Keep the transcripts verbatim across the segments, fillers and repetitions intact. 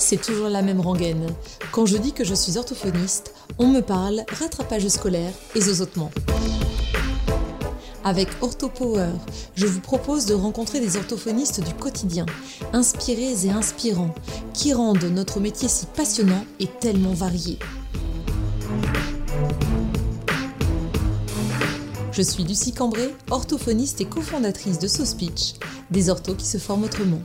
c'est toujours la même rengaine. Quand je dis que je suis orthophoniste, on me parle rattrapage scolaire et zozotement. Avec OrthoPower, je vous propose de rencontrer des orthophonistes du quotidien, inspirés et inspirants, qui rendent notre métier si passionnant et tellement varié. Je suis Lucie Cambray, orthophoniste et cofondatrice de SoSpeech, des orthos qui se forment autrement.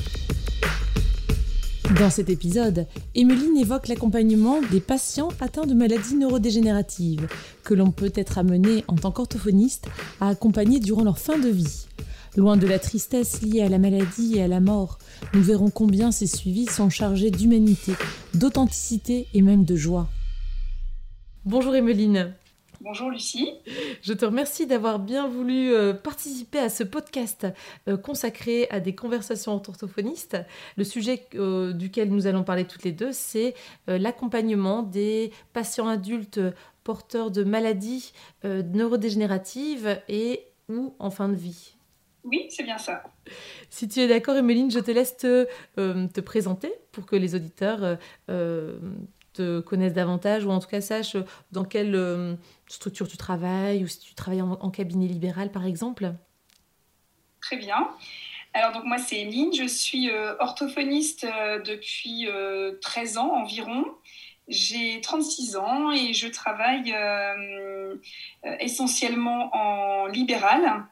Dans cet épisode, Emeline évoque l'accompagnement des patients atteints de maladies neurodégénératives, que l'on peut être amené en tant qu'orthophoniste à accompagner durant leur fin de vie. Loin de la tristesse liée à la maladie et à la mort, nous verrons combien ces suivis sont chargés d'humanité, d'authenticité et même de joie. Bonjour Emeline. Bonjour Lucie. Je te remercie d'avoir bien voulu euh, participer à ce podcast euh, consacré à des conversations entre orthophonistes. Le sujet euh, duquel nous allons parler toutes les deux, c'est euh, l'accompagnement des patients adultes porteurs de maladies euh, neurodégénératives et ou en fin de vie. Oui, c'est bien ça. Si tu es d'accord, Emeline, je te laisse te, euh, te présenter pour que les auditeurs euh, euh, te connaissent davantage ou en tout cas sachent dans quelle euh, structure tu travailles ou si tu travailles en, en cabinet libéral par exemple. Très bien. Alors donc moi c'est Emeline, je suis euh, orthophoniste euh, depuis euh, treize ans environ. J'ai trente-six ans et je travaille euh, euh, essentiellement en libéral.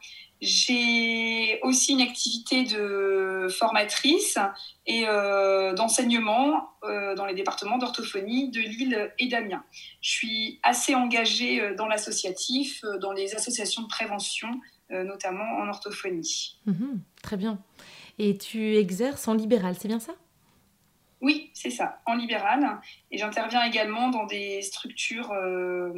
J'ai aussi une activité de formatrice et euh, d'enseignement euh, dans les départements d'orthophonie de Lille et d'Amiens. Je suis assez engagée dans l'associatif, dans les associations de prévention, euh, notamment en orthophonie. Mmh, très bien. Et tu exerces en libéral, c'est bien ça ? Oui, c'est ça, en libéral. Et j'interviens également dans des structures euh,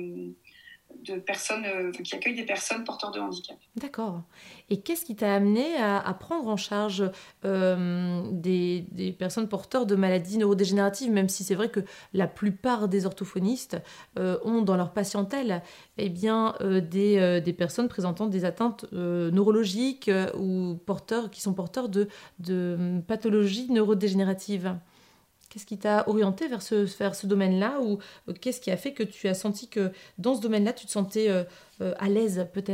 de personnes, euh, qui accueillent des personnes porteurs de handicap. D'accord. Et qu'est-ce qui t'a amené à, à prendre en charge euh, des, des personnes porteurs de maladies neurodégénératives, même si c'est vrai que la plupart des orthophonistes euh, ont dans leur patientèle eh bien, euh, des, euh, des personnes présentant des atteintes euh, neurologiques euh, ou porteurs, qui sont porteurs de, de pathologies neurodégénératives. Qu'est-ce qui t'a orienté vers ce, vers ce domaine-là ou euh, qu'est-ce qui a fait que tu as senti que dans ce domaine-là, tu te sentais euh, euh, à l'aise peut-être ?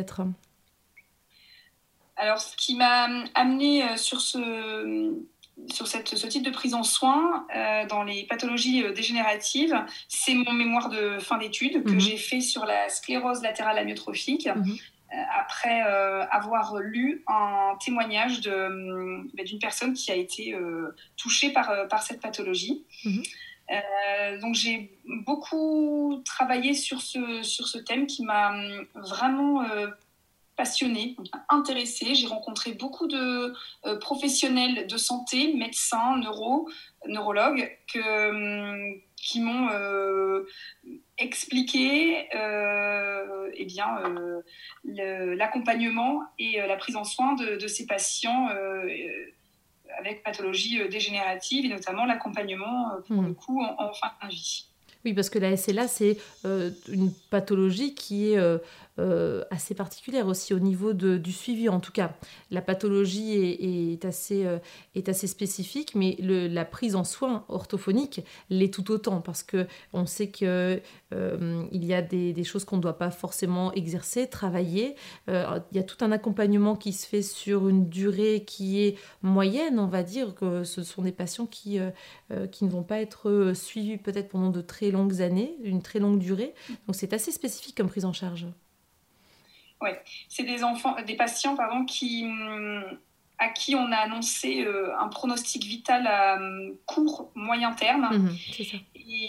Alors, ce qui m'a amenée sur, ce, sur cette, ce type de prise en soin euh, dans les pathologies dégénératives, c'est mon mémoire de fin d'études que mmh. j'ai fait sur la sclérose latérale amyotrophique. Mmh. Après euh, avoir lu un témoignage de, d'une personne qui a été euh, touchée par, par cette pathologie. Mmh. Euh, donc j'ai beaucoup travaillé sur ce, sur ce thème qui m'a vraiment euh, passionnée, intéressée. J'ai rencontré beaucoup de euh, professionnels de santé, médecins, neuro, neurologues, que, qui m'ont euh, expliqué euh, eh bien, euh, le, l'accompagnement et euh, la prise en soin de, de ces patients euh, avec pathologie dégénérative et notamment l'accompagnement pour mmh. le coup en, en fin de vie. Oui, parce que la S L A, c'est euh, une pathologie qui est euh, euh, assez particulière aussi au niveau de, du suivi. En tout cas, la pathologie est, est, assez, euh, est assez spécifique, mais le, la prise en soin orthophonique l'est tout autant parce qu'on sait qu'il euh, y a des, des choses qu'on ne doit pas forcément exercer, travailler. Euh, il y a tout un accompagnement qui se fait sur une durée qui est moyenne, on va dire, que ce sont des patients qui, euh, euh, qui ne vont pas être suivis peut-être pendant de très longues années, une très longue durée. Donc c'est assez spécifique comme prise en charge. Oui, c'est des enfants, des patients pardon, qui, à qui on a annoncé euh, un pronostic vital à court, moyen terme. Mmh, c'est ça. Et,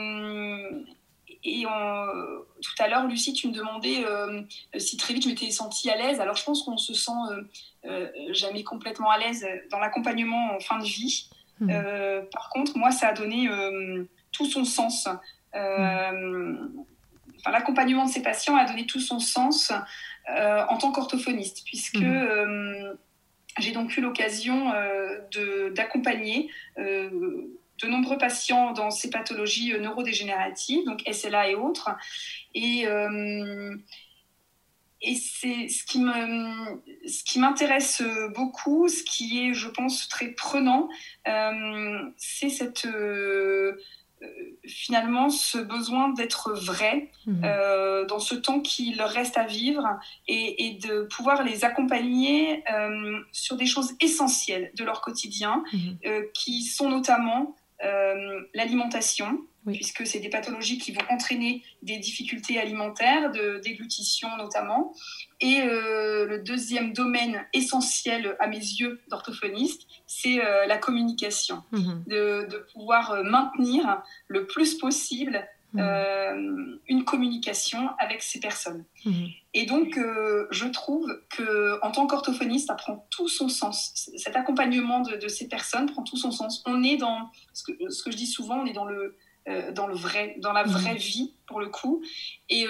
et on, tout à l'heure, Lucie, tu me demandais euh, si très vite je m'étais sentie à l'aise. Alors je pense qu'on se sent euh, euh, jamais complètement à l'aise dans l'accompagnement en fin de vie. Mmh. Euh, par contre, moi, ça a donné euh, tout son sens. Euh, mmh. Enfin, l'accompagnement de ces patients a donné tout son sens euh, en tant qu'orthophoniste, puisque mmh. euh, j'ai donc eu l'occasion euh, de, d'accompagner euh, de nombreux patients dans ces pathologies neurodégénératives, donc S L A et autres. Et, euh, et c'est ce qui me, ce qui m'intéresse beaucoup, ce qui est, je pense, très prenant, euh, c'est cette, euh, finalement, ce besoin d'être vrai mmh. euh, dans ce temps qui leur reste à vivre et, et de pouvoir les accompagner euh, sur des choses essentielles de leur quotidien, mmh. euh, qui sont notamment euh, l'alimentation. Oui. Puisque c'est des pathologies qui vont entraîner des difficultés alimentaires, de déglutition notamment. Et euh, le deuxième domaine essentiel à mes yeux d'orthophoniste, c'est euh, la communication. Mmh. De, de pouvoir euh, maintenir le plus possible mmh. euh, une communication avec ces personnes. Mmh. Et donc, euh, je trouve qu'en tant qu'orthophoniste, ça prend tout son sens. Cet accompagnement de, de ces personnes prend tout son sens. On est dans, ce que, ce que je dis souvent, on est dans le... Euh, dans le vrai, dans la vraie mmh. vie pour le coup, et,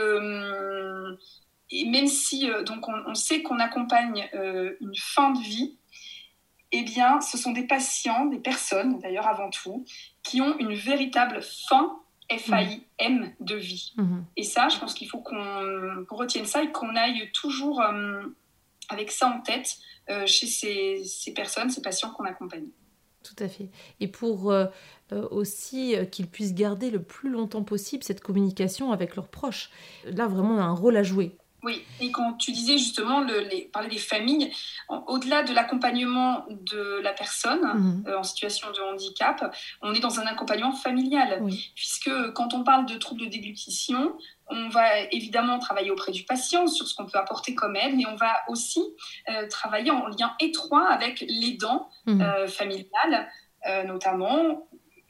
euh, et même si euh, donc on, on sait qu'on accompagne euh, une fin de vie, eh bien ce sont des patients, des personnes d'ailleurs avant tout, qui ont une véritable fin F A I M mmh. de vie. Mmh. Et ça, je pense qu'il faut qu'on, qu'on retienne ça et qu'on aille toujours euh, avec ça en tête euh, chez ces, ces personnes, ces patients qu'on accompagne. Tout à fait. Et pour euh, euh, aussi euh, qu'ils puissent garder le plus longtemps possible cette communication avec leurs proches. Là, vraiment, on a un rôle à jouer. Oui, et quand tu disais justement, le, les, parler des familles, en, au-delà de l'accompagnement de la personne mmh. euh, en situation de handicap, on est dans un accompagnement familial. Oui. Puisque quand on parle de troubles de déglutition, on va évidemment travailler auprès du patient sur ce qu'on peut apporter comme aide, mais on va aussi euh, travailler en lien étroit avec l'aidant mmh. euh, familial, euh, notamment,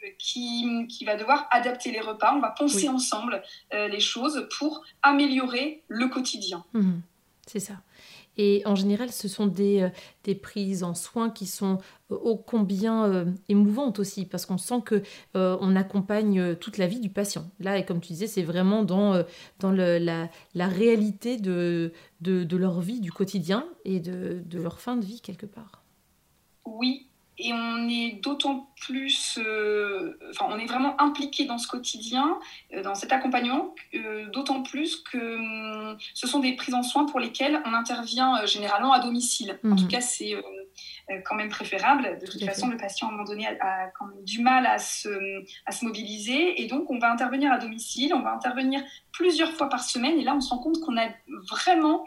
qui, qui va devoir adapter les repas. On va penser oui. ensemble euh, les choses pour améliorer le quotidien. Mmh. C'est ça. Et en général, ce sont des, euh, des prises en soins qui sont euh, ô combien euh, émouvantes aussi, parce qu'on sent qu'on euh, accompagne toute la vie du patient. Là, et comme tu disais, c'est vraiment dans, euh, dans le, la, la réalité de, de, de leur vie, du quotidien, et de, de leur fin de vie, quelque part. Oui, et on est d'autant plus... Euh, enfin, on est vraiment impliqué dans ce quotidien, euh, dans cet accompagnement, euh, d'autant plus que euh, ce sont des prises en soins pour lesquelles on intervient euh, généralement à domicile. Mmh. En tout cas, c'est euh, quand même préférable. De toute façon, le patient, à un moment donné, a, a quand même du mal à se, à se mobiliser. Et donc, on va intervenir à domicile, on va intervenir plusieurs fois par semaine. Et là, on se rend compte qu'on a vraiment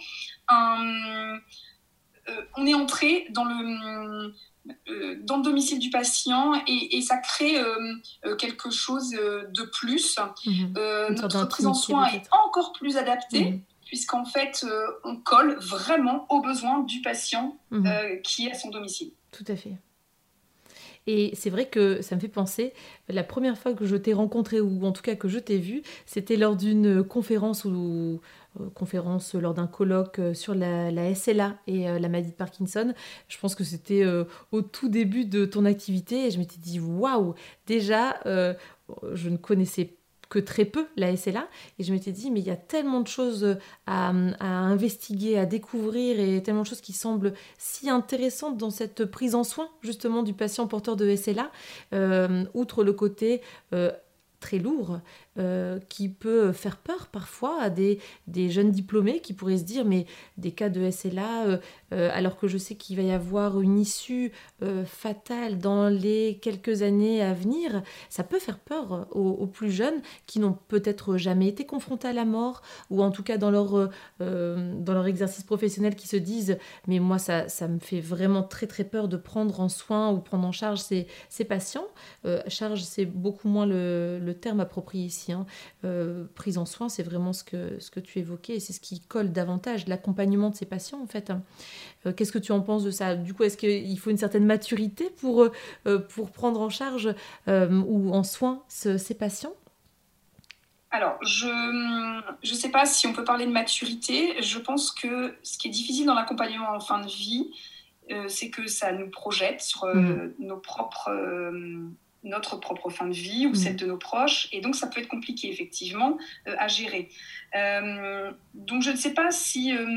un... Euh, on est entré dans le... dans le domicile du patient et, et ça crée euh, quelque chose de plus. Mmh. Euh, notre prise en soin est encore plus adaptée mmh. puisqu'en fait, euh, on colle vraiment aux besoins du patient mmh. euh, qui est à son domicile. Tout à fait. Et c'est vrai que ça me fait penser, la première fois que je t'ai rencontré, ou en tout cas que je t'ai vu, c'était lors d'une conférence ou euh, conférence lors d'un colloque sur la, la S L A et euh, la maladie de Parkinson. Je pense que c'était euh, au tout début de ton activité et je m'étais dit waouh, déjà euh, je ne connaissais pas que très peu la S L A et je m'étais dit mais il y a tellement de choses à, à investiguer, à découvrir et tellement de choses qui semblent si intéressantes dans cette prise en soin justement du patient porteur de S L A, euh, outre le côté euh, très lourd euh, qui peut faire peur parfois à des, des jeunes diplômés qui pourraient se dire mais des cas de S L A euh, euh, alors que je sais qu'il va y avoir une issue euh, fatale dans les quelques années à venir, ça peut faire peur aux, aux plus jeunes qui n'ont peut-être jamais été confrontés à la mort ou en tout cas dans leur, euh, dans leur exercice professionnel qui se disent mais moi ça, ça me fait vraiment très très peur de prendre en soin ou prendre en charge ces, ces patients. Euh, charge c'est beaucoup moins le, le terme approprié ici. Hein. Euh, prise en soin, c'est vraiment ce que, ce que tu évoquais et c'est ce qui colle davantage, l'accompagnement de ces patients en fait. Euh, qu'est-ce que tu en penses de ça ? Du coup, est-ce qu'il faut une certaine maturité pour, euh, pour prendre en charge euh, ou en soin ce, ces patients ? Alors, je ne sais pas si on peut parler de maturité. Je pense que ce qui est difficile dans l'accompagnement en fin de vie, euh, c'est que ça nous projette sur euh, mmh. nos propres... Euh, notre propre fin de vie ou mmh. celle de nos proches. Et donc, ça peut être compliqué, effectivement, euh, à gérer. Euh, donc, je ne sais pas si... Euh,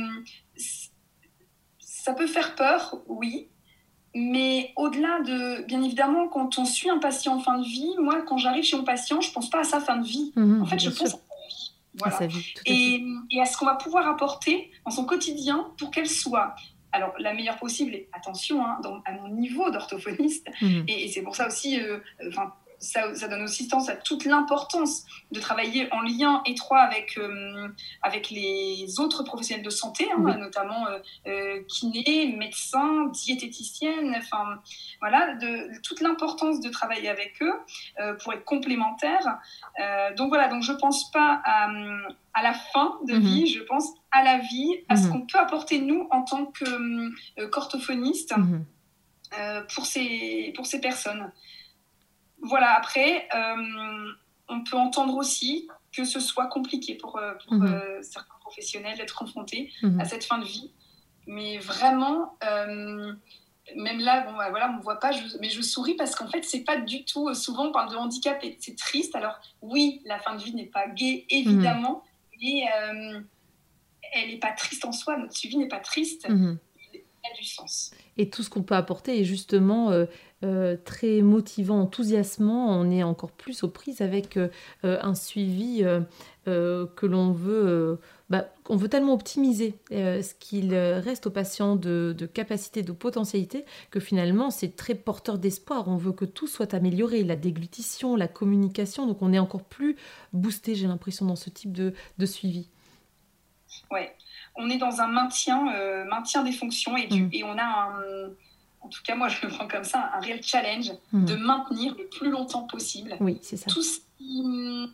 ça peut faire peur, oui. Mais au-delà de... Bien évidemment, quand on suit un patient en fin de vie, moi, quand j'arrive chez mon patient, je ne pense pas à sa fin de vie. Mmh, en fait, je sûr. pense à sa vie. À Voilà. sa vie, tout à fait. Et, et à ce qu'on va pouvoir apporter dans son quotidien pour qu'elle soit, alors, la meilleure possible, et attention, hein, dans, à mon niveau d'orthophoniste, Mmh. et, et c'est pour ça aussi, euh, enfin, ça, ça donne aussi sens à toute l'importance de travailler en lien étroit avec, euh, avec les autres professionnels de santé, hein, Oui. notamment euh, euh, kinés, médecins, diététiciennes, enfin voilà, de, toute l'importance de travailler avec eux euh, pour être complémentaires. Euh, donc voilà, donc je pense pas à, à la fin de Mmh. vie, je pense à la vie, à ce Mmh. qu'on peut apporter nous en tant que euh, qu'orthophonistes Mmh. euh, pour ces, pour ces personnes. Voilà, après, euh, on peut entendre aussi que ce soit compliqué pour, euh, pour Mmh. euh, certains professionnels d'être confrontés Mmh. à cette fin de vie. Mais vraiment, euh, même là, bon, bah, voilà, on ne me voit pas, je, mais je souris parce qu'en fait, c'est pas du tout. Souvent, on parle de handicap et c'est triste. Alors, oui, la fin de vie n'est pas gaie, évidemment, mmh. mais euh, elle n'est pas triste en soi. Notre suivi n'est pas triste. Mmh. Il a du sens. Et tout ce qu'on peut apporter est justement euh, euh, très motivant, enthousiasmant. On est encore plus aux prises avec euh, un suivi euh, euh, que l'on veut, euh, bah, on veut tellement optimiser euh, ce qu'il reste aux patients de, de capacité, de potentialité, que finalement c'est très porteur d'espoir. On veut que tout soit amélioré, la déglutition, la communication. Donc on est encore plus boosté, j'ai l'impression, dans ce type de, de suivi. Ouais. On est dans un maintien, euh, maintien des fonctions et, du, mmh. et on a un, en tout cas moi je le prends comme ça, un réel challenge mmh. de maintenir le plus longtemps possible. Oui, c'est ça. Tout ce qui,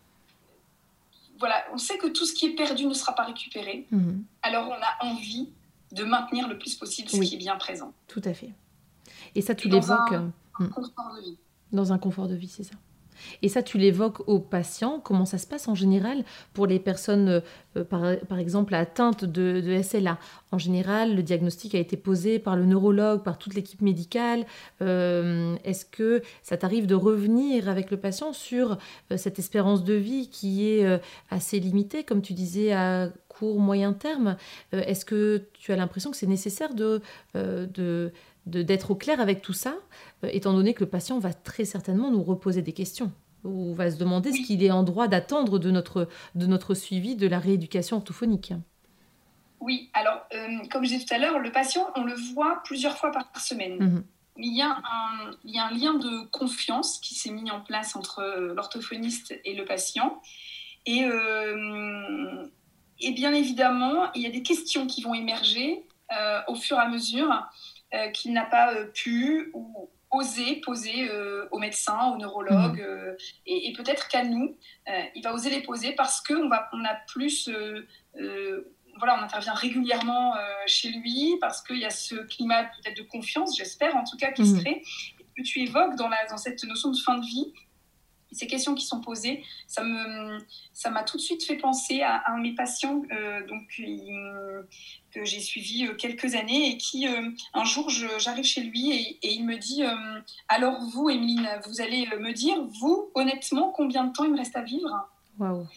voilà, on sait que tout ce qui est perdu ne sera pas récupéré, mmh. alors on a envie de maintenir le plus possible ce oui. qui est bien présent. Tout à fait. Et ça tu et l'évoques. Dans un, un confort de vie. Dans un confort de vie, c'est ça. Et ça, tu l'évoques aux patients. Comment ça se passe en général pour les personnes, euh, par, par exemple, atteintes de, de S L A? En général, le diagnostic a été posé par le neurologue, par toute l'équipe médicale. Euh, est-ce que ça t'arrive de revenir avec le patient sur euh, cette espérance de vie qui est euh, assez limitée, comme tu disais, à court, moyen terme? euh, Est-ce que tu as l'impression que c'est nécessaire de... Euh, de De, d'être au clair avec tout ça, euh, étant donné que le patient va très certainement nous reposer des questions, ou va se demander oui. ce qu'il est en droit d'attendre de notre, de notre suivi de la rééducation orthophonique. Oui, alors, euh, comme je disais tout à l'heure, le patient, on le voit plusieurs fois par semaine. Mmh. Il y, a un, il y a un lien de confiance qui s'est mis en place entre l'orthophoniste et le patient. Et, euh, et bien évidemment, il y a des questions qui vont émerger euh, au fur et à mesure Euh, qu'il n'a pas euh, pu ou osé poser euh, aux médecins, aux neurologues, mmh. euh, et, et peut-être qu'à nous, euh, il va oser les poser parce qu'on va, on a plus, euh, euh, voilà, on intervient régulièrement euh, chez lui, parce qu'il y a ce climat peut-être de confiance, j'espère en tout cas, qui mmh. se crée. Et que tu évoques dans, la, dans cette notion de fin de vie, ces questions qui sont posées, ça, me, ça m'a tout de suite fait penser à, à un de mes patients euh, donc, il, que j'ai suivi euh, quelques années et qui, euh, un jour, je, j'arrive chez lui et, et il me dit euh, « Alors vous, Emeline, vous allez me dire, vous, honnêtement, combien de temps il me reste à vivre ?» Wow.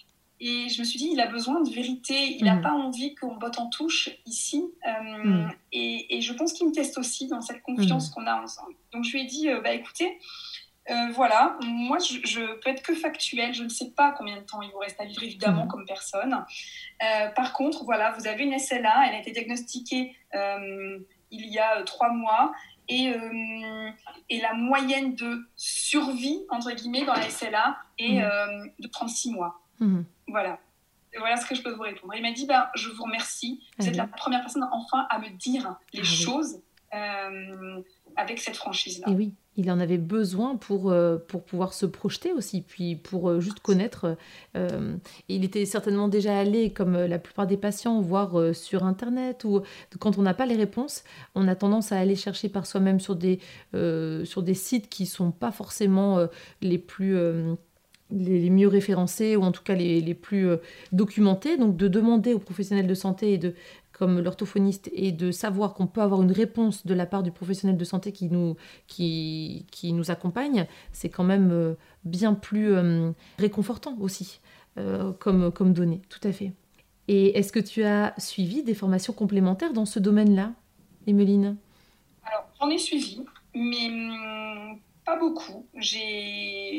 Et je me suis dit, il a besoin de vérité, il n'a mmh. pas envie qu'on botte en touche ici. Euh, mmh. et, et je pense qu'il me teste aussi dans cette confiance mmh. qu'on a ensemble. Donc je lui ai dit, euh, bah, écoutez, Euh, voilà, moi je, je peux être que factuelle, je ne sais pas combien de temps il vous reste à vivre évidemment mmh. comme personne. Euh, par contre, voilà, vous avez une S L A, elle a été diagnostiquée euh, il y a trois mois et, euh, et la moyenne de survie, entre guillemets, dans la S L A est mmh. euh, de trente-six mois. Mmh. Voilà. Et voilà ce que je peux vous répondre. Il m'a dit, ben, je vous remercie, vous ah êtes oui. la première personne enfin à me dire les ah choses oui. euh, avec cette franchise-là. Et oui. Il en avait besoin pour, euh, pour pouvoir se projeter aussi, puis pour euh, juste connaître. Euh, il était certainement déjà allé, comme la plupart des patients, voir euh, sur Internet, ou quand on n'a pas les réponses, on a tendance à aller chercher par soi-même sur des, euh, sur des sites qui ne sont pas forcément euh, les plus... Euh, Les, les mieux référencés, ou en tout cas les, les plus euh, documentés. Donc de demander aux professionnels de santé, et de, comme l'orthophoniste, et de savoir qu'on peut avoir une réponse de la part du professionnel de santé qui nous, qui, qui nous accompagne, c'est quand même euh, bien plus euh, réconfortant aussi euh, comme, comme donnée, tout à fait. Et est-ce que tu as suivi des formations complémentaires dans ce domaine-là, Emeline? Alors, j'en ai suivi, mais hum, pas beaucoup. J'ai...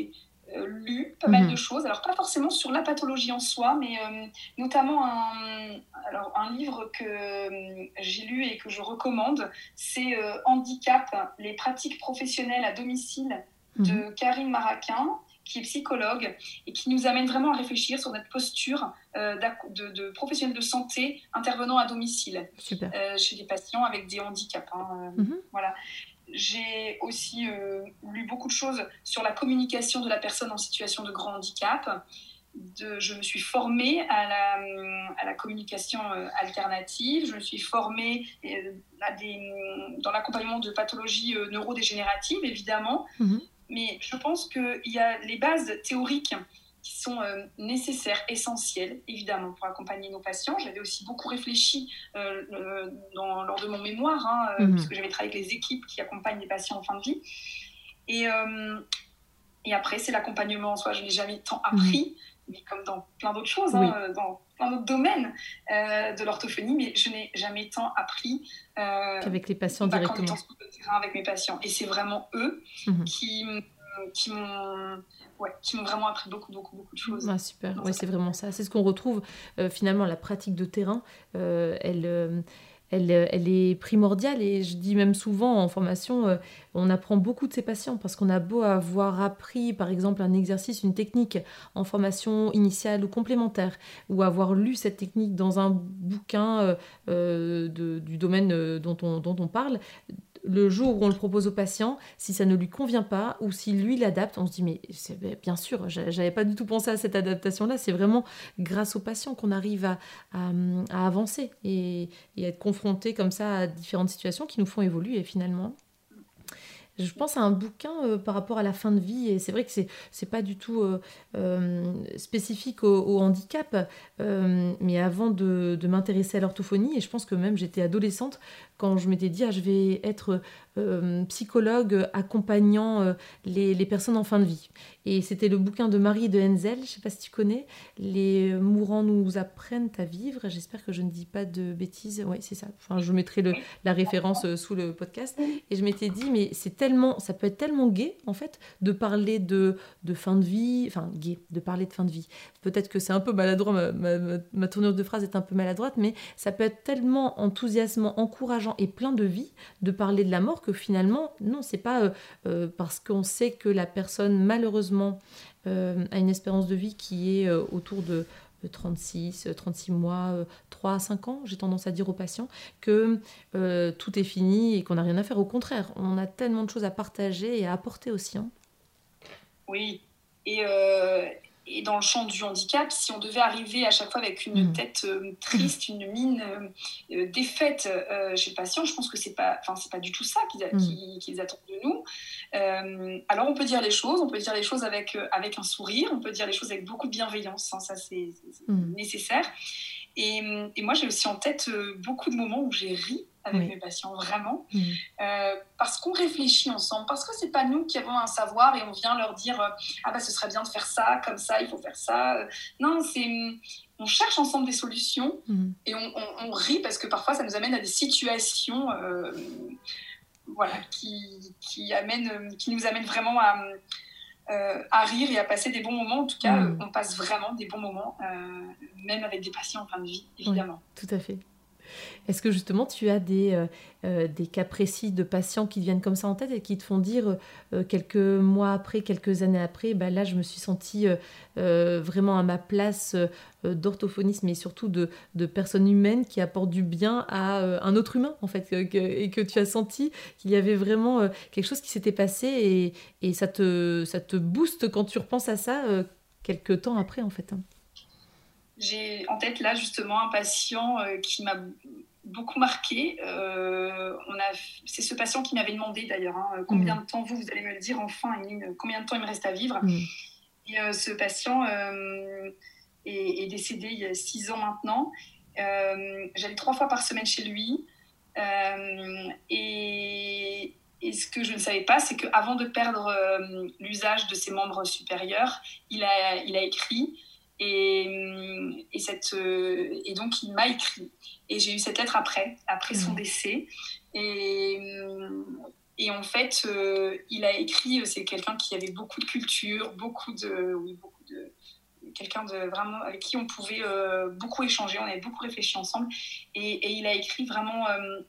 euh, lu pas Mmh. mal de choses. Alors, pas forcément sur la pathologie en soi, mais euh, notamment un, alors, un livre que euh, j'ai lu et que je recommande. C'est euh, Handicap, les pratiques professionnelles à domicile de Mmh. Karine Maraquin, qui est psychologue et qui nous amène vraiment à réfléchir sur notre posture euh, de, de professionnels de santé intervenant à domicile Super. euh, chez des patients avec des handicaps. Hein, euh, Mmh. Voilà. J'ai aussi euh, lu beaucoup de choses sur la communication de la personne en situation de grand handicap. De, je me suis formée à la, à la communication euh, alternative. Je me suis formée euh, à des, dans l'accompagnement de pathologies euh, neurodégénératives, évidemment. Mmh. Mais je pense qu'il y a les bases théoriques qui sont euh, nécessaires, essentielles, évidemment, pour accompagner nos patients. J'avais aussi beaucoup réfléchi euh, euh, dans, lors de mon mémoire, hein, euh, Mmh. puisque j'avais travaillé avec les équipes qui accompagnent les patients en fin de vie. Et, euh, et après, c'est l'accompagnement en soi. Je n'ai jamais tant appris, mmh. mais comme dans plein d'autres choses, oui. hein, dans plein d'autres domaines euh, de l'orthophonie, mais je n'ai jamais tant appris euh, qu'avec les patients bah, directement. Qu'en étant sur le terrain avec mes patients. Et c'est vraiment eux mmh. qui, qui m'ont... Ouais, qui m'ont vraiment appris beaucoup, beaucoup, beaucoup de choses. Ah, super, ouais, c'est vraiment ça. C'est ce qu'on retrouve, euh, finalement, la pratique de terrain, euh, elle, euh, elle, elle est primordiale. Et je dis même souvent en formation, euh, on apprend beaucoup de ses patients parce qu'on a beau avoir appris, par exemple, un exercice, une technique en formation initiale ou complémentaire, ou avoir lu cette technique dans un bouquin euh, euh, de, du domaine dont on, dont on parle. Le jour où on le propose au patient, si ça ne lui convient pas ou si lui l'adapte, on se dit mais c'est, bien sûr, j'avais pas du tout pensé à cette adaptation-là. C'est vraiment grâce au patient qu'on arrive à, à, à avancer et, et à être confronté comme ça à différentes situations qui nous font évoluer finalement. Je pense à un bouquin euh, par rapport à la fin de vie, et c'est vrai que c'est, c'est pas du tout euh, euh, spécifique au, au handicap, euh, mais avant de, de m'intéresser à l'orthophonie, et je pense que même j'étais adolescente quand je m'étais dit ah, je vais être euh, psychologue accompagnant euh, les, les personnes en fin de vie. Et c'était le bouquin de Marie de Henzel, je sais pas si tu connais, Les mourants nous apprennent à vivre. J'espère que je ne dis pas de bêtises. Oui, c'est ça. Enfin, je mettrai le, la référence euh, sous le podcast. Et je m'étais dit, mais c'est tellement, ça peut être tellement gai, en fait, de parler de, de fin de vie, enfin, gai, de parler de fin de vie. Peut-être que c'est un peu maladroit, ma, ma, ma, ma tournure de phrase est un peu maladroite, mais ça peut être tellement enthousiasmant, encourageant et plein de vie de parler de la mort que finalement, non, c'est pas euh, euh, parce qu'on sait que la personne, malheureusement, euh, a une espérance de vie qui est euh, autour de, de trente-six, trente-six mois, euh, trois à cinq ans, j'ai tendance à dire aux patients, que euh, tout est fini et qu'on n'a rien à faire. Au contraire, on a tellement de choses à partager et à apporter aussi. Hein. Oui, et, euh, et dans le champ du handicap, si on devait arriver à chaque fois avec une mmh. tête euh, triste, une mine euh, défaite euh, chez le patient, je pense que c'est pas, enfin c'est pas du tout ça qu'ils, mmh. qu'ils, qu'ils attendent de nous. Euh, alors on peut dire les choses, on peut dire les choses avec, euh, avec un sourire, on peut dire les choses avec beaucoup de bienveillance, hein, ça c'est, c'est mmh. nécessaire. Et, et moi j'ai aussi en tête euh, beaucoup de moments où j'ai ri avec oui. mes patients, vraiment, mmh. euh, parce qu'on réfléchit ensemble, parce que c'est pas nous qui avons un savoir et on vient leur dire euh, ah bah ce serait bien de faire ça, comme ça, il faut faire ça. Non, c'est on cherche ensemble des solutions mmh. et on, on, on rit parce que parfois ça nous amène à des situations euh, voilà, qui, qui, amènent, qui nous amènent vraiment à, euh, à rire et à passer des bons moments. En tout cas, mmh. on passe vraiment des bons moments, euh, même avec des patients en fin de vie, évidemment. Oui, tout à fait. Est-ce que justement tu as des, euh, euh, des cas précis de patients qui te viennent comme ça en tête et qui te font dire euh, quelques mois après, quelques années après, bah là je me suis sentie euh, euh, vraiment à ma place euh, d'orthophoniste, mais surtout de, de personne humaine qui apporte du bien à euh, un autre humain en fait, que, et que tu as senti qu'il y avait vraiment euh, quelque chose qui s'était passé et, et ça, te, ça te booste quand tu repenses à ça euh, quelques temps après en fait. Hein. J'ai en tête là justement un patient euh, qui m'a beaucoup marqué. Euh, on a, c'est ce patient qui m'avait demandé d'ailleurs hein, combien mmh. de temps vous, vous allez me le dire enfin, Eline, combien de temps il me reste à vivre. Mmh. Et euh, ce patient euh, est, est décédé il y a six ans maintenant. Euh, j'allais trois fois par semaine chez lui. Euh, et, et ce que je ne savais pas, c'est qu'avant de perdre euh, l'usage de ses membres supérieurs, il a, il a écrit. Et, et, cette, et donc, il m'a écrit. Et j'ai eu cette lettre après, après son décès. Et, Et en fait, euh, il a écrit, c'est quelqu'un qui avait beaucoup de culture, beaucoup de... Oui, beaucoup de quelqu'un de vraiment avec qui on pouvait euh, beaucoup échanger, on avait beaucoup réfléchi ensemble. Et, et il a écrit vraiment euh,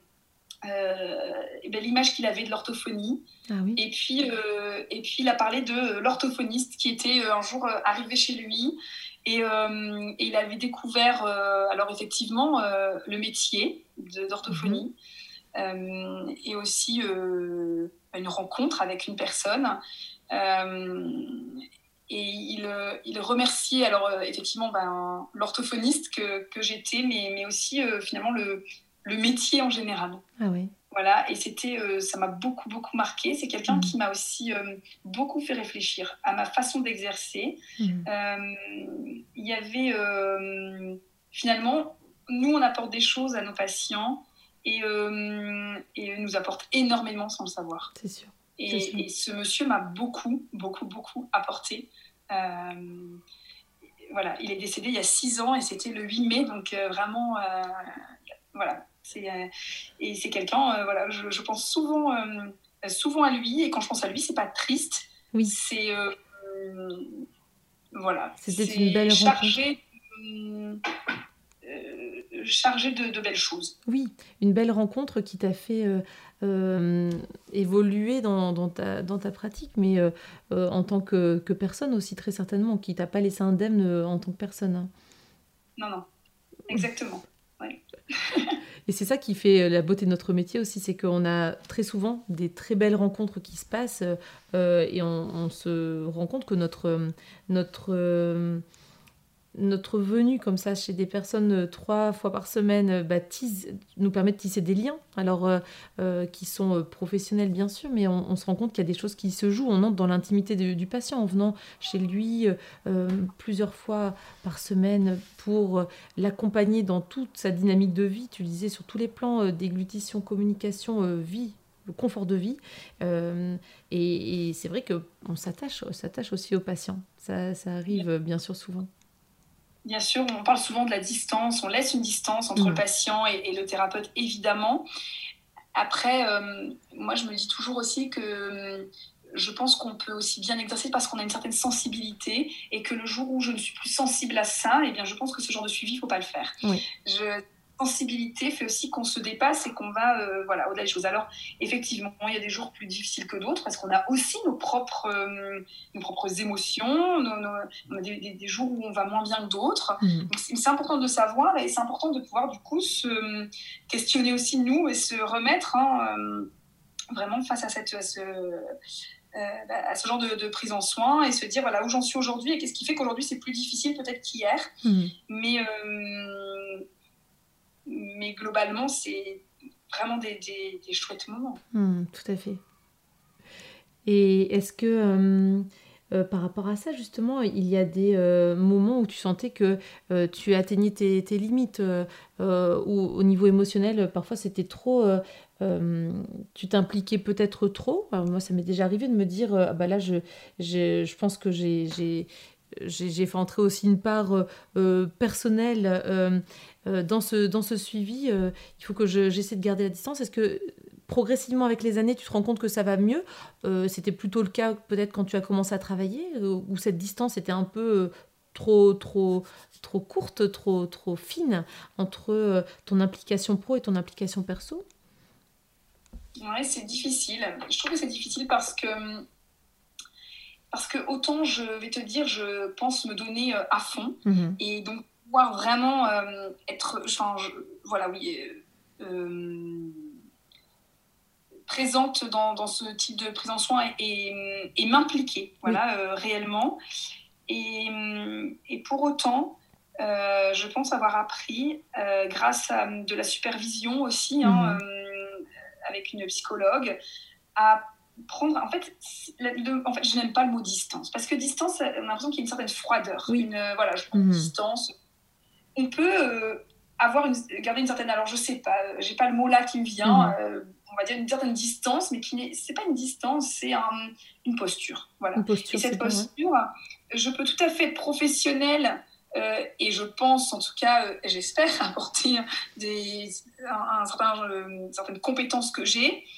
euh, et ben, l'image qu'il avait de l'orthophonie. Ah oui. Et puis, euh, et puis, il a parlé de l'orthophoniste qui était euh, un jour euh, arrivé chez lui. Et, euh, et il avait découvert, euh, alors effectivement, euh, le métier de, d'orthophonie. Mmh. Euh, et aussi euh, une rencontre avec une personne. Euh, et il, il remerciait alors euh, effectivement ben, l'orthophoniste que, que j'étais, mais, mais aussi euh, finalement le, le métier en général. Ah oui. Voilà, et c'était, euh, ça m'a beaucoup, beaucoup marqué. C'est quelqu'un mmh. qui m'a aussi euh, beaucoup fait réfléchir à ma façon d'exercer. Mmh. Euh, il y avait, euh, finalement, nous, on apporte des choses à nos patients et, euh, et nous apporte énormément sans le savoir. C'est sûr. Et, C'est sûr. et ce monsieur m'a beaucoup, beaucoup, beaucoup apporté. Euh, voilà, il est décédé il y a six ans et c'était le huit mai, donc euh, vraiment, euh, voilà. C'est, euh, et c'est quelqu'un, euh, voilà, je, je pense souvent, euh, souvent à lui, et quand je pense à lui, c'est pas triste. Oui. C'est, euh, euh, voilà. C'était c'est une belle chargé, rencontre. Euh, chargé de, de belles choses. Oui, une belle rencontre qui t'a fait euh, euh, évoluer dans, dans, ta, dans ta pratique, mais euh, euh, en tant que, que personne aussi, très certainement, qui t'a pas laissé indemne euh, en tant que personne. Hein. Non, non, exactement. Ouais. Et c'est ça qui fait la beauté de notre métier aussi, c'est qu'on a très souvent des très belles rencontres qui se passent euh, et on, on se rend compte que notre, notre, euh, notre venue comme ça chez des personnes euh, trois fois par semaine bah, tisse, nous permet de tisser des liens, alors euh, euh, qui sont euh, professionnels bien sûr, mais on, on se rend compte qu'il y a des choses qui se jouent. On entre dans l'intimité de, du patient en venant chez lui euh, plusieurs fois par semaine pour l'accompagner dans toute sa dynamique de vie. Tu le disais, sur tous les plans, euh, déglutition, communication, euh, vie, le confort de vie. Euh, et, et c'est vrai qu'on s'attache, s'attache aussi aux patients. Ça, ça arrive bien sûr souvent. Bien sûr, on parle souvent de la distance, on laisse une distance entre mmh. le patient et, et le thérapeute, évidemment. Après, euh, moi, je me dis toujours aussi que euh, je pense qu'on peut aussi bien exercer parce qu'on a une certaine sensibilité et que le jour où je ne suis plus sensible à ça, eh bien, je pense que ce genre de suivi, il ne faut pas le faire. Oui. Je... sensibilité fait aussi qu'on se dépasse et qu'on va euh, voilà, au-delà des choses. Alors, effectivement, il y a des jours plus difficiles que d'autres parce qu'on a aussi nos propres, euh, nos propres émotions, nos, nos, on a des, des, des jours où on va moins bien que d'autres. Mmh. Donc, c'est, c'est important de savoir et c'est important de pouvoir, du coup, se questionner aussi, nous, et se remettre hein, euh, vraiment face à, cette, à ce... Euh, à ce genre de, de prise en soin et se dire voilà où j'en suis aujourd'hui et qu'est-ce qui fait qu'aujourd'hui c'est plus difficile peut-être qu'hier. Mmh. Mais... Euh, mais globalement, c'est vraiment des, des, des chouettes moments. Mmh, tout à fait. Et est-ce que, euh, euh, par rapport à ça, justement, il y a des euh, moments où tu sentais que euh, tu atteignais tes, tes limites, euh, euh, ou au niveau émotionnel, parfois c'était trop... Euh, euh, tu t'impliquais peut-être trop. Alors, moi, ça m'est déjà arrivé de me dire, euh, ah bah là, je, je, je pense que j'ai... j'ai J'ai, j'ai fait entrer aussi une part euh, personnelle euh, euh, dans, ce, dans ce suivi. Euh, il faut que je, j'essaie de garder la distance. Est-ce que progressivement, avec les années, tu te rends compte que ça va mieux ? euh, C'était plutôt le cas peut-être quand tu as commencé à travailler, euh, où cette distance était un peu euh, trop, trop, trop courte, trop, trop fine entre euh, ton implication pro et ton implication perso ? Ouais, c'est difficile. Je trouve que c'est difficile parce que... Parce que autant, je vais te dire, je pense me donner euh, à fond. Mmh. Et donc, pouvoir vraiment euh, être... Enfin, je, voilà, oui... Euh, euh, présente dans, dans ce type de prise en soin et, et, et m'impliquer, voilà, oui. euh, réellement. Et, et pour autant, euh, je pense avoir appris, euh, grâce à de la supervision aussi, mmh. hein, euh, avec une psychologue, à prendre, en fait, le, en fait, je n'aime pas le mot distance, parce que distance, on a l'impression qu'il y a une certaine froideur. Oui. Une, euh, voilà, je prends mmh. distance. On peut euh, avoir une, garder une certaine, alors je sais pas, j'ai pas le mot là qui me vient, mmh. euh, on va dire une certaine distance, mais qui n'est, c'est pas une distance, c'est un, une posture. Voilà. Une posture, et cette bien, posture, ouais. je peux tout à fait être professionnelle. Euh, et je pense, en tout cas, euh, j'espère apporter des, un, un certain, euh, certaines compétences que j'ai.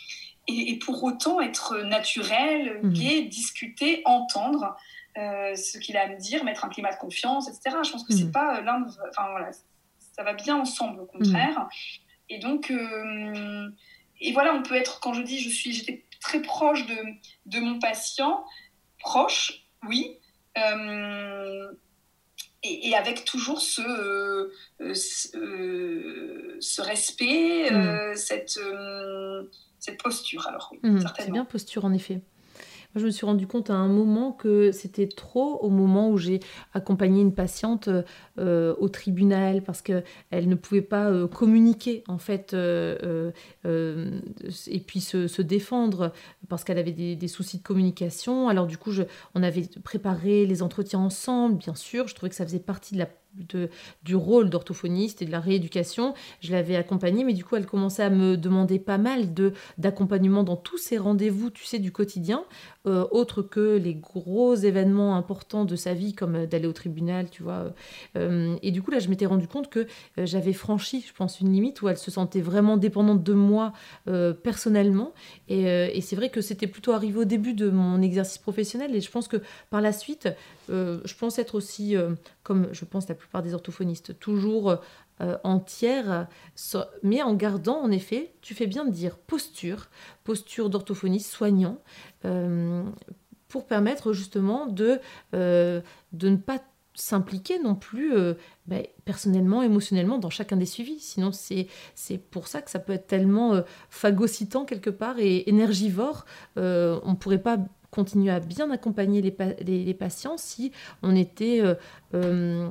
et, et pour autant être naturel, Mmh. gai, discuter, entendre euh, ce qu'il a à me dire, mettre un climat de confiance, et cetera. Je pense que Mmh. c'est pas l'un, enfin voilà, ça va bien ensemble au contraire. Mmh. Et donc, euh, et voilà, on peut être, quand je dis je suis, j'étais très proche de, de mon patient, proche, oui, euh, et, et avec toujours ce, euh, ce, euh, ce respect, mmh. euh, cette, euh, cette posture, alors oui, Mmh. certainement. C'est bien posture, en effet. Moi, je me suis rendu compte à un moment que c'était trop, au moment où j'ai accompagné une patiente euh, au tribunal parce qu'elle ne pouvait pas euh, communiquer en fait euh, euh, et puis se, se défendre parce qu'elle avait des, des soucis de communication. Alors du coup, je, on avait préparé les entretiens ensemble, bien sûr. Je trouvais que ça faisait partie de la De, du rôle d'orthophoniste et de la rééducation. Je l'avais accompagnée, mais du coup, elle commençait à me demander pas mal de, d'accompagnement dans tous ces rendez-vous, tu sais, du quotidien, euh, autres que les gros événements importants de sa vie, comme d'aller au tribunal, tu vois. Euh, et du coup, là, je m'étais rendu compte que euh, j'avais franchi, je pense, une limite où elle se sentait vraiment dépendante de moi euh, personnellement. Et, euh, et c'est vrai que c'était plutôt arrivé au début de mon exercice professionnel. Et je pense que par la suite, euh, je pense être aussi... Euh, comme je pense la plupart des orthophonistes, toujours euh, entière, so, mais en gardant, en effet, tu fais bien de dire posture, posture d'orthophoniste soignant, euh, pour permettre justement de, euh, de ne pas s'impliquer non plus euh, bah, personnellement, émotionnellement dans chacun des suivis. Sinon, c'est, c'est pour ça que ça peut être tellement euh, phagocytant quelque part et énergivore. Euh, on ne pourrait pas continuer à bien accompagner les, pa- les, les patients si on était... Euh, euh,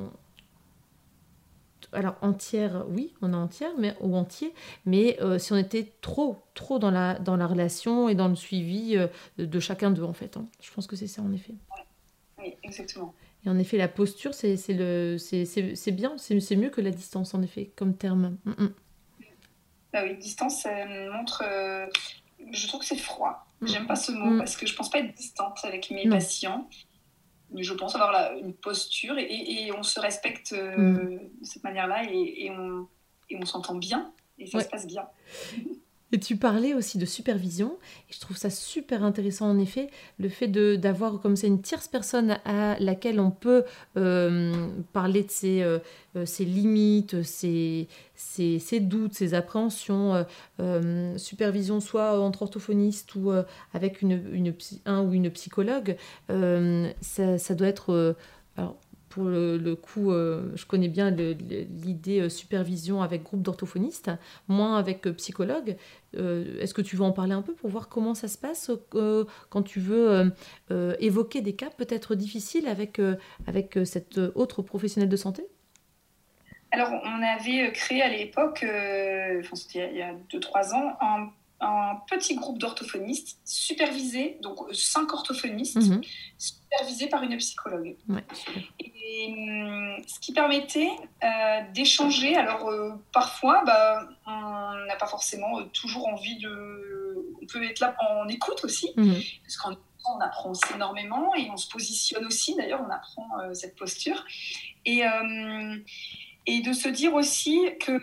alors entière, oui, on est entière, mais ou entier, mais euh, si on était trop, trop dans la dans la relation et dans le suivi euh, de chacun d'eux en fait. Hein. Je pense que c'est ça en effet. Oui, exactement. Et en effet, la posture, c'est c'est le c'est c'est c'est bien, c'est c'est mieux que la distance en effet comme terme. Mm, mm. Bah oui, distance, ça montre. Euh, je trouve que c'est froid. Mm. J'aime pas ce mot Mm. parce que je pense pas être distante avec mes Non. patients. Mais je pense avoir la, une posture et, et, et on se respecte euh, Mm. de cette manière-là et, et on, et on s'entend bien et ça Ouais. se passe bien. Et tu parlais aussi de supervision, et je trouve ça super intéressant en effet, le fait de, d'avoir comme ça une tierce personne à laquelle on peut euh, parler de ses, euh, ses limites, ses, ses, ses doutes, ses appréhensions, euh, euh, supervision soit entre orthophonistes ou euh, avec une, une, un ou une psychologue, euh, ça, ça doit être... Euh, alors, pour le, le coup, euh, je connais bien le, le, l'idée euh, supervision avec groupe d'orthophonistes, moins avec euh, psychologue. Euh, est-ce que tu veux en parler un peu pour voir comment ça se passe euh, quand tu veux euh, euh, évoquer des cas peut-être difficiles avec, euh, avec euh, cette autre professionnelle de santé? Alors, on avait créé à l'époque, euh, enfin, c'était il y a deux trois ans, un, un petit groupe d'orthophonistes supervisés, donc cinq orthophonistes, mmh. supervisés par une psychologue. Ouais, super. Et ce qui permettait euh, d'échanger. Alors, euh, parfois, bah, on n'a pas forcément euh, toujours envie de... On peut être là en écoute aussi, mmh. parce qu'en on apprend aussi énormément et on se positionne aussi. D'ailleurs, on apprend euh, cette posture. Et... Euh, Et de se dire aussi que,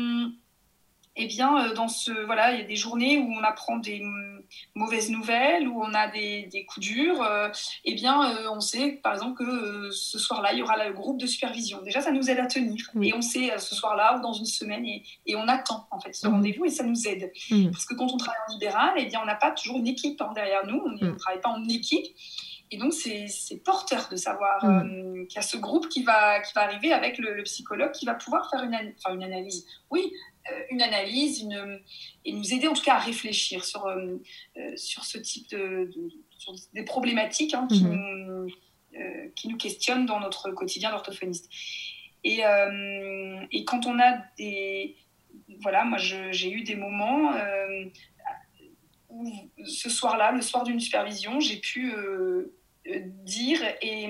eh bien, dans ce, voilà, il y a des journées où on apprend des mauvaises nouvelles, où on a des, des coups durs. Euh, eh bien, euh, on sait, par exemple, que euh, ce soir-là, il y aura le groupe de supervision. Déjà, ça nous aide à tenir. Oui. Et on sait euh, ce soir-là ou dans une semaine, et, et on attend en fait ce mmh. rendez-vous et ça nous aide. Mmh. Parce que quand on travaille en libéral, eh bien, on n'a pas toujours une équipe hein, derrière nous. On ne mmh. travaille pas en équipe. Et donc, c'est, c'est porteur de savoir mmh. euh, qu'il y a ce groupe qui va, qui va arriver avec le, le psychologue qui va pouvoir faire une, enfin, une analyse. Oui, euh, une analyse une, et nous aider en tout cas à réfléchir sur, euh, sur ce type de, de sur des problématiques hein, qui, mmh. nous, euh, qui nous questionnent dans notre quotidien d'orthophoniste. Et, euh, et quand on a des... Voilà, moi, je, j'ai eu des moments... Euh, où ce soir-là, le soir d'une supervision, j'ai pu euh, dire et,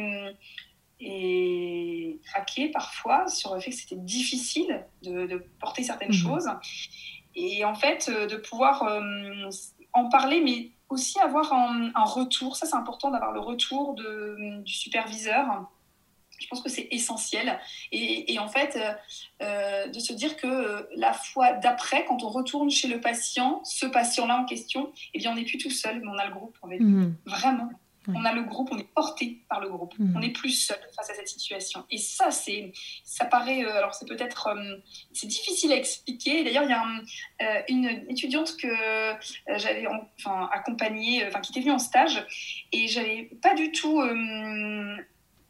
et craquer parfois sur le fait que c'était difficile de, de porter certaines mmh. choses. Et en fait, de pouvoir euh, en parler, mais aussi avoir un, un retour. Ça, c'est important d'avoir le retour de, du superviseur Je pense que c'est essentiel. Et, et en fait, euh, euh, de se dire que euh, la fois d'après, quand on retourne chez le patient, ce patient-là en question, eh bien, on n'est plus tout seul, mais on a le groupe. En fait. Mmh. Vraiment. Ouais. On a le groupe, on est porté par le groupe. Mmh. On n'est plus seul face à cette situation. Et ça, c'est, ça paraît... Euh, alors, c'est peut-être... Euh, c'est difficile à expliquer. D'ailleurs, il y a un, euh, une étudiante que euh, j'avais en, enfin, accompagnée, enfin, qui était venue en stage, et je n'avais pas du tout... Euh,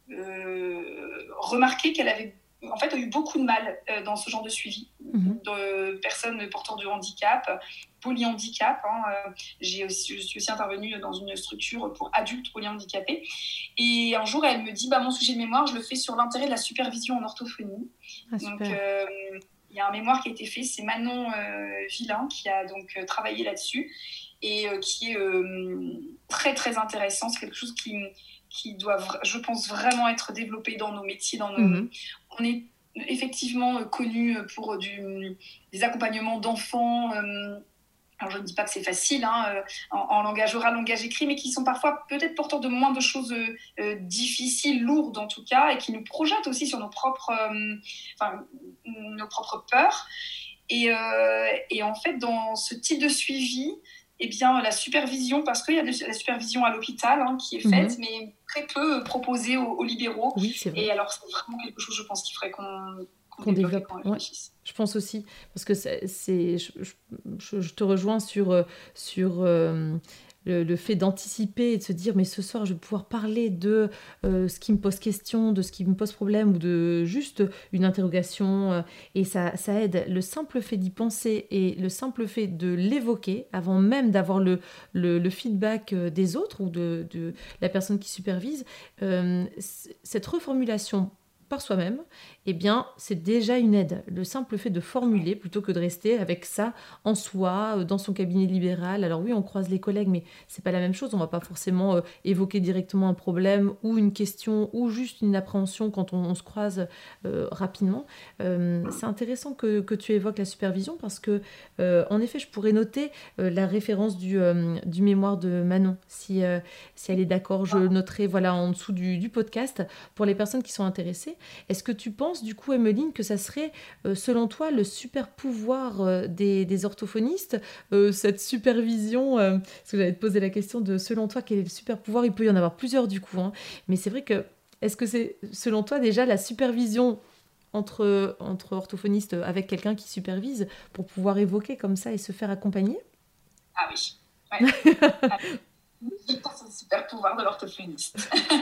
Euh, remarqué qu'elle avait en fait eu beaucoup de mal euh, dans ce genre de suivi mmh. de personnes porteurs de handicap, polyhandicap. Hein, euh, j'ai aussi, je suis aussi intervenue dans une structure pour adultes polyhandicapés. Et un jour, elle me dit bah, mon sujet de mémoire, je le fais sur l'intérêt de la supervision en orthophonie. Ah, donc, euh, il y a un mémoire qui a été fait, c'est Manon euh, Villain qui a donc euh, travaillé là-dessus et euh, qui est euh, très très intéressant. C'est quelque chose qui qui doit, je pense, vraiment être développé dans nos métiers. Dans nos... Mmh. On est effectivement connu pour du, des accompagnements d'enfants. Euh, alors, je ne dis pas que c'est facile, hein, en, en langage oral, langage écrit, mais qui sont parfois peut-être porteurs de moins de choses euh, difficiles, lourdes en tout cas, et qui nous projettent aussi sur nos propres, euh, enfin, nos propres peurs. Et, euh, et en fait, dans ce type de suivi, eh bien, la supervision, parce qu'il y a de la supervision à l'hôpital hein, qui est faite, mmh. mais très peu proposée aux, aux libéraux. Oui, c'est vrai. Et alors, c'est vraiment quelque chose, je pense, qu'il faudrait qu'on, qu'on, qu'on développe. développe. Ouais. Je pense aussi, parce que c'est, c'est, je, je, je te rejoins sur, sur euh, le, le fait d'anticiper et de se dire, mais ce soir, je vais pouvoir parler de euh, ce qui me pose question, de ce qui me pose problème, ou de juste une interrogation. Euh, et ça, ça aide. Le simple fait d'y penser et le simple fait de l'évoquer, avant même d'avoir le, le, le feedback des autres ou de, de la personne qui supervise, euh, cette reformulation par soi-même, eh bien, c'est déjà une aide. Le simple fait de formuler, plutôt que de rester avec ça en soi, dans son cabinet libéral. Alors oui, on croise les collègues, mais c'est pas la même chose. On va pas forcément euh, évoquer directement un problème ou une question ou juste une appréhension quand on, on se croise euh, rapidement. Euh, c'est intéressant que, que tu évoques la supervision parce que, euh, en effet, je pourrais noter euh, la référence du, euh, du mémoire de Manon, si, euh, si elle est d'accord. Je noterai voilà, en dessous du, du podcast pour les personnes qui sont intéressées. Est-ce que tu penses, du coup, Emeline, que ça serait, euh, selon toi, le super pouvoir euh, des, des orthophonistes, euh, cette supervision euh, parce que j'allais te poser la question de, selon toi, quel est le super pouvoir? Il peut y en avoir plusieurs, du coup. Hein, mais c'est vrai que, est-ce que c'est, selon toi, déjà la supervision entre, entre orthophonistes avec quelqu'un qui supervise pour pouvoir évoquer comme ça et se faire accompagner? Ah oui. Ouais. Ah oui. Je pense au super pouvoir de l'orthophoniste.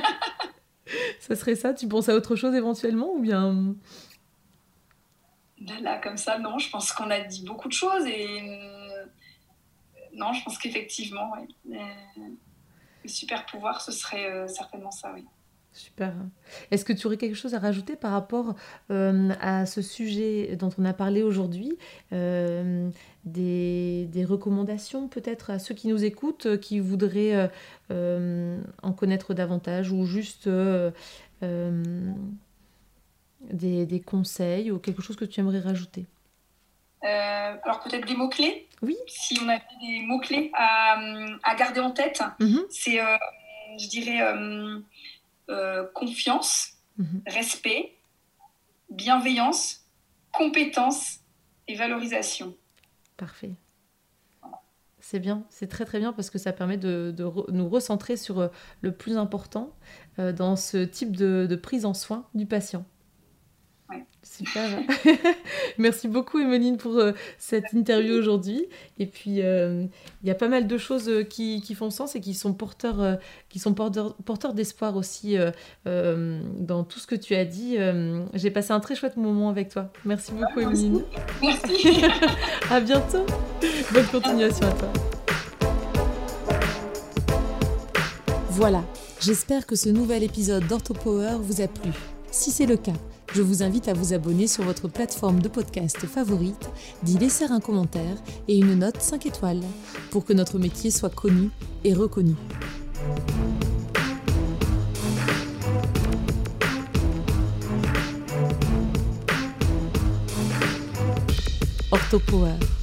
Ça serait ça? Tu penses à autre chose éventuellement ou bien... Là, comme ça, non. Je pense qu'on a dit beaucoup de choses et... Non, je pense qu'effectivement, ouais. Le super pouvoir, ce serait euh, certainement ça, oui. Super. Est-ce que tu aurais quelque chose à rajouter par rapport euh, à ce sujet dont on a parlé aujourd'hui, euh, des, des recommandations peut-être à ceux qui nous écoutent, qui voudraient euh, euh, en connaître davantage ou juste euh, euh, des, des conseils ou quelque chose que tu aimerais rajouter? Euh, alors peut-être des mots-clés. Oui. Si on avait des mots-clés à, à garder en tête, mm-hmm. c'est, euh, je dirais... Euh, Euh, confiance, mmh. respect, bienveillance, compétence et valorisation. Parfait. Voilà. C'est bien, c'est très très bien parce que ça permet de, de re, nous recentrer sur euh, le plus important euh, dans ce type de, de prise en soin du patient. Ouais. Super. Merci beaucoup, Emeline, pour euh, cette interview aujourd'hui. Et puis, il euh, y a pas mal de choses euh, qui, qui font sens et qui sont porteurs, euh, qui sont porteurs, porteurs d'espoir aussi euh, euh, dans tout ce que tu as dit. Euh, j'ai passé un très chouette moment avec toi. Merci beaucoup, ouais, Emeline. Merci. À bientôt. Bonne continuation à toi. Voilà, j'espère que ce nouvel épisode d'OrthoPower vous a plu. Si c'est le cas, je vous invite à vous abonner sur votre plateforme de podcast favorite, d'y laisser un commentaire et une note cinq étoiles pour que notre métier soit connu et reconnu. OrthoPower.